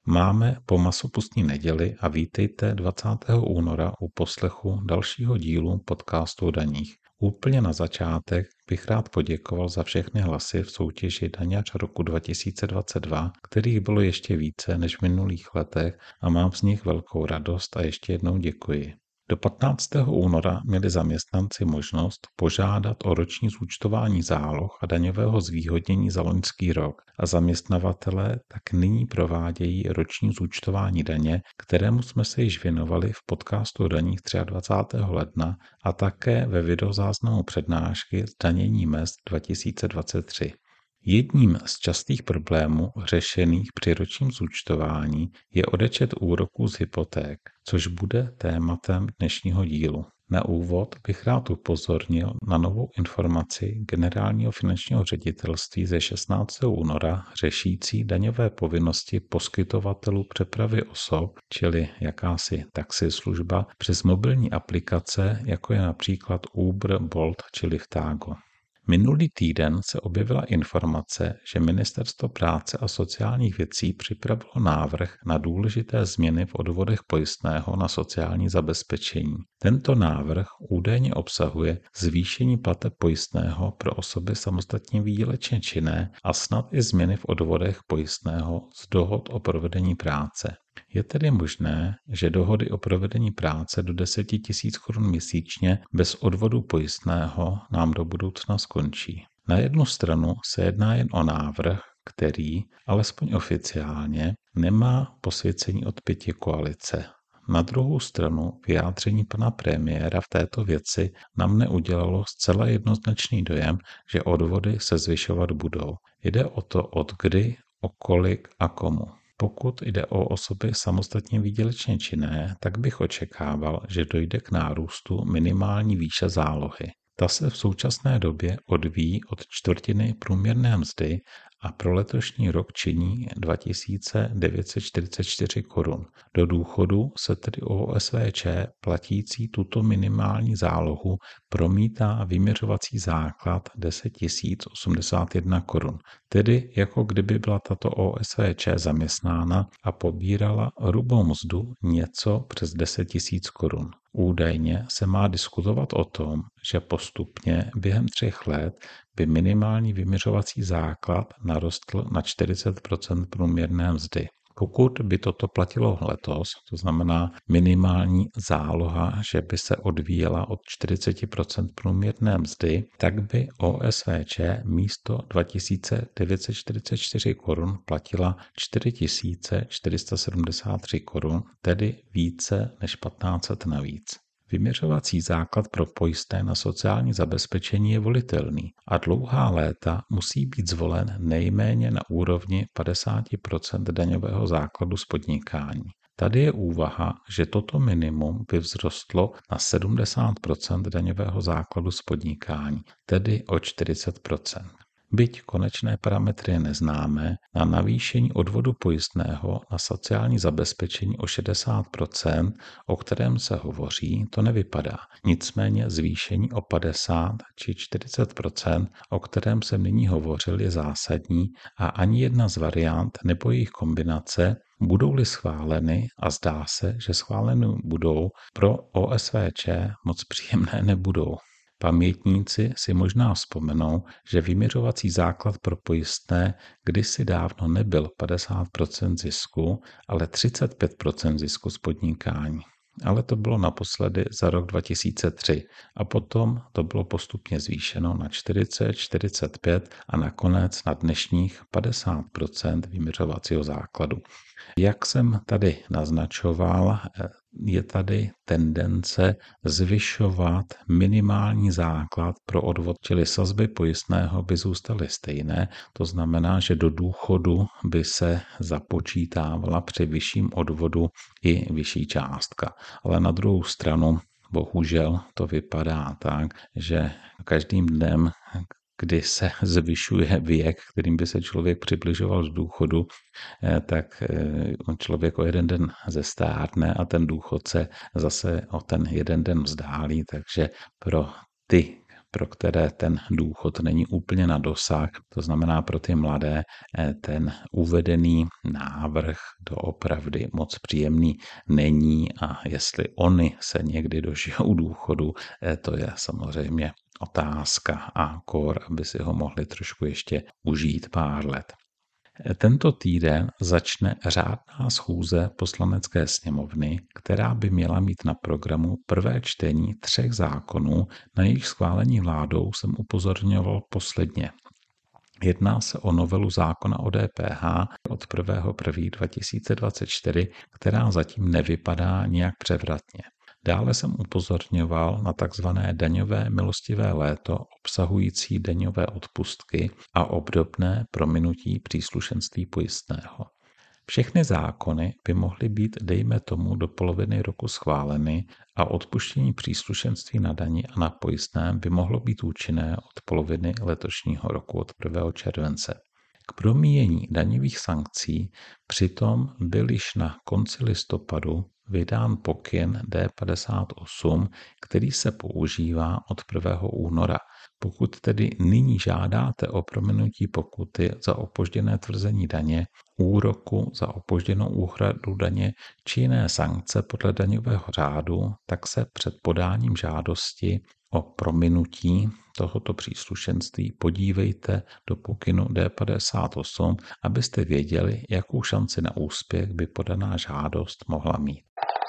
Máme po masopustní neděli a vítejte 20. února u poslechu dalšího dílu podcastu o daních. Úplně na začátek bych rád poděkoval za všechny hlasy v soutěži Daňař roku 2022, kterých bylo ještě více než v minulých letech a mám z nich velkou radost a ještě jednou děkuji. Do 15. února měli zaměstnanci možnost požádat o roční zúčtování záloh a daňového zvýhodnění za loňský rok a zaměstnavatelé tak nyní provádějí roční zúčtování daně, kterému jsme se již věnovali v podcastu o daních 23. ledna a také ve videozáznamu přednášky Zdanění mezd 2023. Jedním z častých problémů řešených při ročním zúčtování je odečet úroků z hypoték, což bude tématem dnešního dílu. Na úvod bych rád upozornil na novou informaci Generálního finančního ředitelství ze 16. února řešící daňové povinnosti poskytovatelů přepravy osob, čili jakási taxislužba, přes mobilní aplikace, jako je například Uber, Bolt či Liftago. Minulý týden se objevila informace, že Ministerstvo práce a sociálních věcí připravilo návrh na důležité změny v odvodech pojistného na sociální zabezpečení. Tento návrh údajně obsahuje zvýšení plateb pojistného pro osoby samostatně výdělečně činné a snad i změny v odvodech pojistného z dohod o provedení práce. Je tedy možné, že dohody o provedení práce do 10 000 korun měsíčně bez odvodu pojistného nám do budoucna skončí. Na jednu stranu se jedná jen o návrh, který, alespoň oficiálně, nemá posvěcení od pětikoalice. Na druhou stranu vyjádření pana premiéra v této věci nám neudělalo zcela jednoznačný dojem, že odvody se zvyšovat budou. Jde o to od kdy, o kolik a komu. Pokud jde o osoby samostatně výdělečně činné, tak bych očekával, že dojde k nárůstu minimální výše zálohy. Ta se v současné době odvíjí od čtvrtiny průměrné mzdy a pro letošní rok činí 2944 korun. Do důchodu se tedy OSVČ platící tuto minimální zálohu promítá vyměřovací základ 10 081 korun. Tedy jako kdyby byla tato OSVČ zaměstnána a pobírala hrubou mzdu něco přes 10 000 korun. Údajně se má diskutovat o tom, že postupně během 3 let by minimální vyměřovací základ narostl na 40% průměrné mzdy. Pokud by toto platilo letos, to znamená minimální záloha, že by se odvíjela od 40% průměrné mzdy, tak by OSVČ místo 2944 korun platila 4473 korun, tedy více než 1500 navíc. Vyměřovací základ pro pojistné na sociální zabezpečení je volitelný a dlouhá léta musí být zvolen nejméně na úrovni 50% daňového základu z podnikání. Tady je úvaha, že toto minimum by vzrostlo na 70% daňového základu z podnikání, tedy o 40%. Byť konečné parametry neznáme, na navýšení odvodu pojistného na sociální zabezpečení o 60%, o kterém se hovoří, to nevypadá. Nicméně zvýšení o 50 či 40%, o kterém jsem nyní hovořil, je zásadní a ani jedna z variant nebo jejich kombinace budou-li schváleny, a zdá se, že schváleny budou, pro OSVČ moc příjemné nebudou. Pamětníci si možná vzpomenou, že vyměřovací základ pro pojistné kdysi dávno nebyl 50% zisku, ale 35% zisku z podnikání. Ale to bylo naposledy za rok 2003 a potom to bylo postupně zvýšeno na 40, 45 a nakonec na dnešních 50% vyměřovacího základu. Jak jsem tady naznačoval, je tady tendence zvyšovat minimální základ pro odvod, čili sazby pojistného by zůstaly stejné, to znamená, že do důchodu by se započítávala při vyšším odvodu i vyšší částka. Ale na druhou stranu, bohužel to vypadá tak, že každým dnem, kdy se zvyšuje věk, kterým by se člověk přibližoval z důchodu, tak člověk o jeden den zestárne a ten důchodce zase o ten jeden den vzdálí, takže pro ty pro které ten důchod není úplně na dosah. To znamená pro ty mladé ten uvedený návrh doopravdy moc příjemný není a jestli oni se někdy dožijou důchodu, to je samozřejmě otázka a kor, aby si ho mohli trošku ještě užít pár let. Tento týden začne řádná schůze Poslanecké sněmovny, která by měla mít na programu prvé čtení 3 zákonů, na jejich schválení vládou jsem upozorňoval posledně. Jedná se o novelu zákona o DPH od 1.1.2024, která zatím nevypadá nijak převratně. Dále jsem upozorňoval na takzvané daňové milostivé léto obsahující daňové odpustky a obdobné prominutí příslušenství pojistného. Všechny zákony by mohly být, dejme tomu, do poloviny roku schváleny a odpuštění příslušenství na dani a na pojistném by mohlo být účinné od poloviny letošního roku, od 1. července. K promíjení daňových sankcí přitom byl již na konci listopadu vydán pokyn D58, který se používá od 1. února. Pokud tedy nyní žádáte o prominutí pokuty za opožděné tvrzení daně, úroku za opožděnou úhradu daně či jiné sankce podle daňového řádu, tak se před podáním žádosti o prominutí tohoto příslušenství podívejte do pokynu D58, abyste věděli, jakou šanci na úspěch by podaná žádost mohla mít.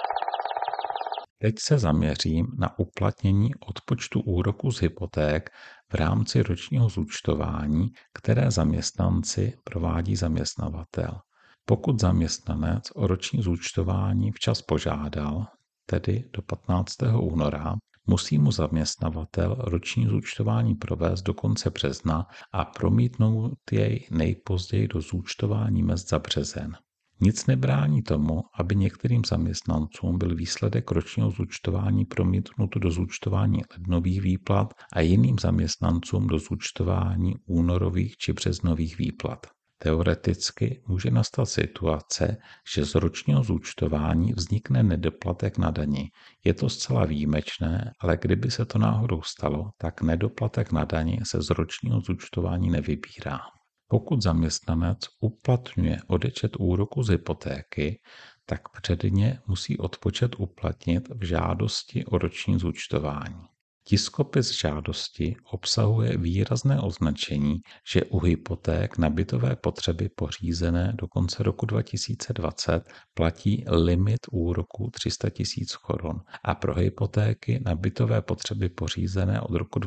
Teď se zaměřím na uplatnění odpočtu úroku z hypoték v rámci ročního zúčtování, které zaměstnanci provádí zaměstnavatel. Pokud zaměstnanec o roční zúčtování včas požádal, tedy do 15. února, musí mu zaměstnavatel roční zúčtování provést do konce března a promítnout jej nejpozději do zúčtování mezd za březen. Nic nebrání tomu, aby některým zaměstnancům byl výsledek ročního zúčtování promítnut do zúčtování lednových výplat a jiným zaměstnancům do zúčtování únorových či březnových výplat. Teoreticky může nastat situace, že z ročního zúčtování vznikne nedoplatek na dani. Je to zcela výjimečné, ale kdyby se to náhodou stalo, tak nedoplatek na dani se z ročního zúčtování nevybírá. Pokud zaměstnanec uplatňuje odečet úroku z hypotéky, tak předně musí odpočet uplatnit v žádosti o roční zúčtování. Tiskopis žádosti obsahuje výrazné označení, že u hypoték na bytové potřeby pořízené do konce roku 2020 platí limit úroku 300 000 korun a pro hypotéky na bytové potřeby pořízené od roku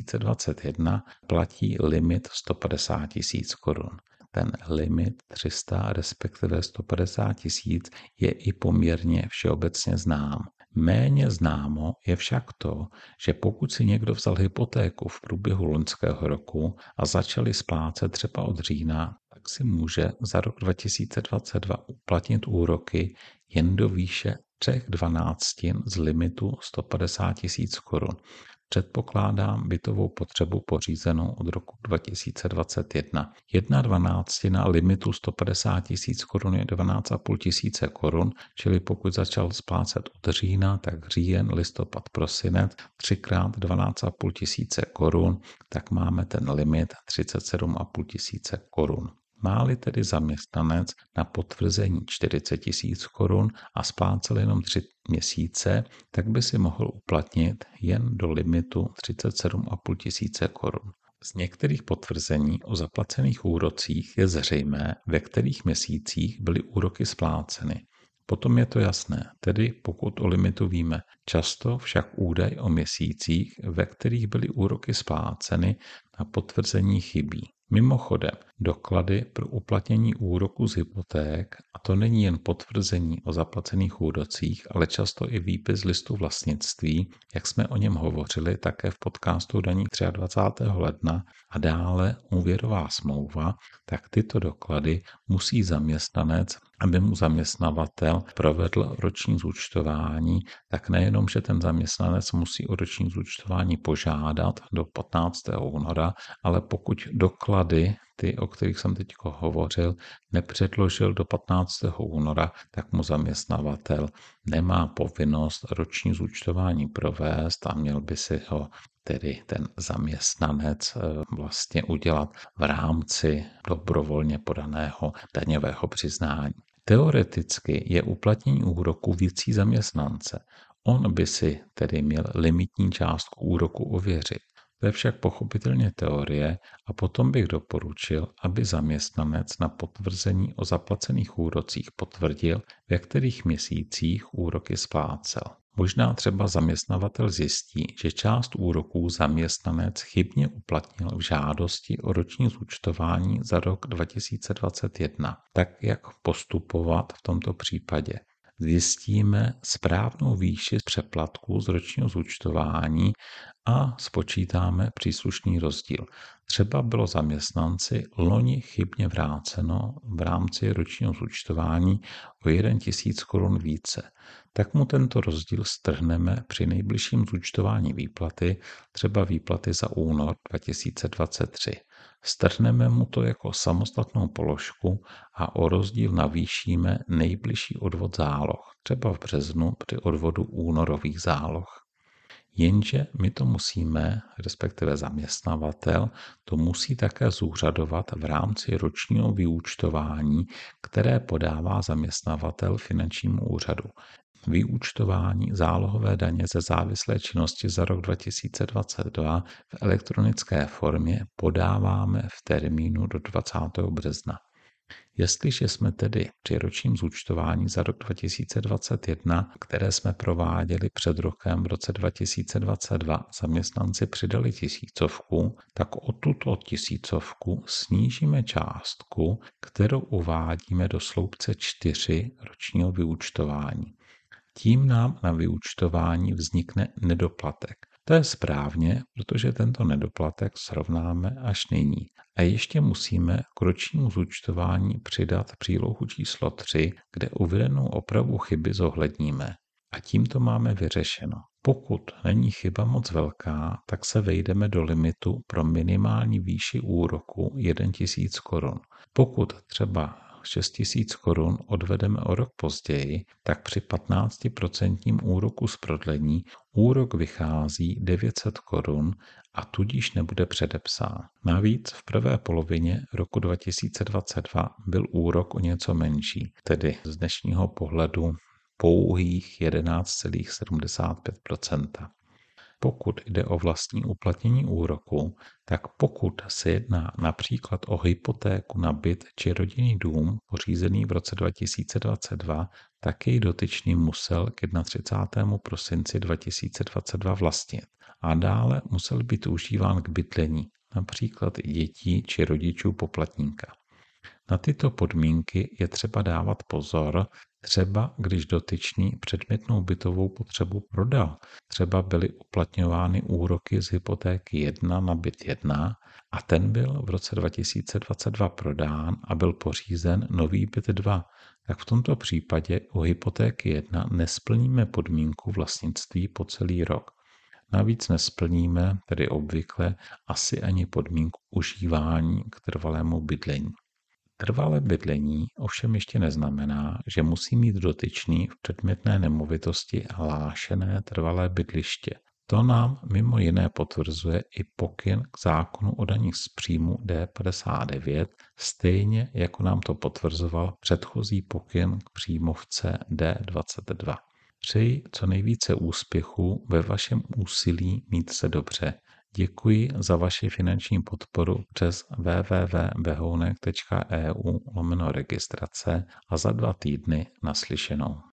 2021 platí limit 150 000 korun. Ten limit 300 respektive 150 000 je i poměrně všeobecně znám. Méně známo je však to, že pokud si někdo vzal hypotéku v průběhu loňského roku a začali splácet třeba od října, tak si může za rok 2022 uplatnit úroky jen do výše 3/12 z limitu 150 000 korun. Předpokládám bytovou potřebu pořízenou od roku 2021. 1/12 limitu 150 000 korun je 12 500 korun, čili pokud začal splácet od října, tak říjen, listopad, prosinec, 3x 12 500 korun, tak máme ten limit 37 500 korun. Má-li tedy zaměstnanec na potvrzení 40 000 korun a splácel jenom 3 měsíce, tak by si mohl uplatnit jen do limitu 37 500 korun. Z některých potvrzení o zaplacených úrocích je zřejmé, ve kterých měsících byly úroky spláceny. Potom je to jasné, tedy pokud o limitu víme. Často však údaj o měsících, ve kterých byly úroky spláceny, na potvrzení chybí. Mimochodem, doklady pro uplatnění úroku z hypoték, a to není jen potvrzení o zaplacených úrocích, ale často i výpis z listu vlastnictví, jak jsme o něm hovořili také v podcastu Daník 23. ledna a dále úvěrová smlouva, tak tyto doklady musí zaměstnanec, aby mu zaměstnavatel provedl roční zúčtování, tak nejenom, že ten zaměstnanec musí o roční zúčtování požádat do 15. února, ale pokud doklady, ty, o kterých jsem teď hovořil, nepředložil do 15. února, tak mu zaměstnavatel nemá povinnost roční zúčtování provést a měl by si ho tedy ten zaměstnanec vlastně udělat v rámci dobrovolně podaného daňového přiznání. Teoreticky je uplatnění úroku věcí zaměstnance. On by si tedy měl limitní částku úroku ověřit. To je však pochopitelně teorie a potom bych doporučil, aby zaměstnanec na potvrzení o zaplacených úrocích potvrdil, ve kterých měsících úroky splácel. Možná třeba zaměstnavatel zjistí, že část úroků zaměstnanec chybně uplatnil v žádosti o roční zúčtování za rok 2021. Tak jak postupovat v tomto případě? Zjistíme správnou výši přeplatku z ročního zúčtování a spočítáme příslušný rozdíl. Třeba bylo zaměstnanci loni chybně vráceno v rámci ročního zúčtování o 1 000 korun více. Tak mu tento rozdíl strhneme při nejbližším zúčtování výplaty, třeba výplaty za únor 2023. Strhneme mu to jako samostatnou položku a o rozdíl navýšíme nejbližší odvod záloh, třeba v březnu při odvodu únorových záloh. Jenže my to musíme, respektive zaměstnavatel, to musí také zúřadovat v rámci ročního vyúčtování, které podává zaměstnavatel finančnímu úřadu. Vyúčtování zálohové daně ze závislé činnosti za rok 2022 v elektronické formě podáváme v termínu do 20. března. Jestliže jsme tedy při ročním zúčtování za rok 2021, které jsme prováděli před rokem v roce 2022, zaměstnanci přidali 1000, tak o tuto 1000 snížíme částku, kterou uvádíme do sloupce 4 ročního vyúčtování. Tím nám na vyúčtování vznikne nedoplatek. To je správně, protože tento nedoplatek srovnáme až nyní. A ještě musíme k ročnímu zúčtování přidat přílohu číslo 3, kde uvedenou opravu chyby zohledníme. A tím to máme vyřešeno. Pokud není chyba moc velká, tak se vejdeme do limitu pro minimální výši úroku 1 000 korun. Pokud třeba 6 000 korun odvedeme o rok později, tak při 15% úroku z prodlení úrok vychází 900 korun a tudíž nebude předepsán. Navíc v prvé polovině roku 2022 byl úrok o něco menší, tedy z dnešního pohledu pouhých 11,75%. Pokud jde o vlastní uplatnění úroku, tak pokud se jedná například o hypotéku na byt či rodinný dům pořízený v roce 2022, tak jej dotyčný musel k 31. prosinci 2022 vlastnit a dále musel být užíván k bydlení, například i dětí či rodičů poplatníka. Na tyto podmínky je třeba dávat pozor, třeba když dotyčný předmětnou bytovou potřebu prodal. Třeba byly uplatňovány úroky z hypotéky 1 na byt 1 a ten byl v roce 2022 prodán a byl pořízen nový byt 2. Tak v tomto případě u hypotéky 1 nesplníme podmínku vlastnictví po celý rok. Navíc nesplníme, tedy obvykle, asi ani podmínku užívání k trvalému bydlení. Trvalé bydlení ovšem ještě neznamená, že musí mít dotyčný v předmětné nemovitosti hlášené trvalé bydliště. To nám mimo jiné potvrzuje i pokyn k zákonu o daních z příjmu D59, stejně jako nám to potvrzoval předchozí pokyn k příjmovce D22. Přeji co nejvíce úspěchů ve vašem úsilí mít se dobře. Děkuji za vaši finanční podporu přes www.behounek.eu/registrace a za 2 týdny naslyšenou.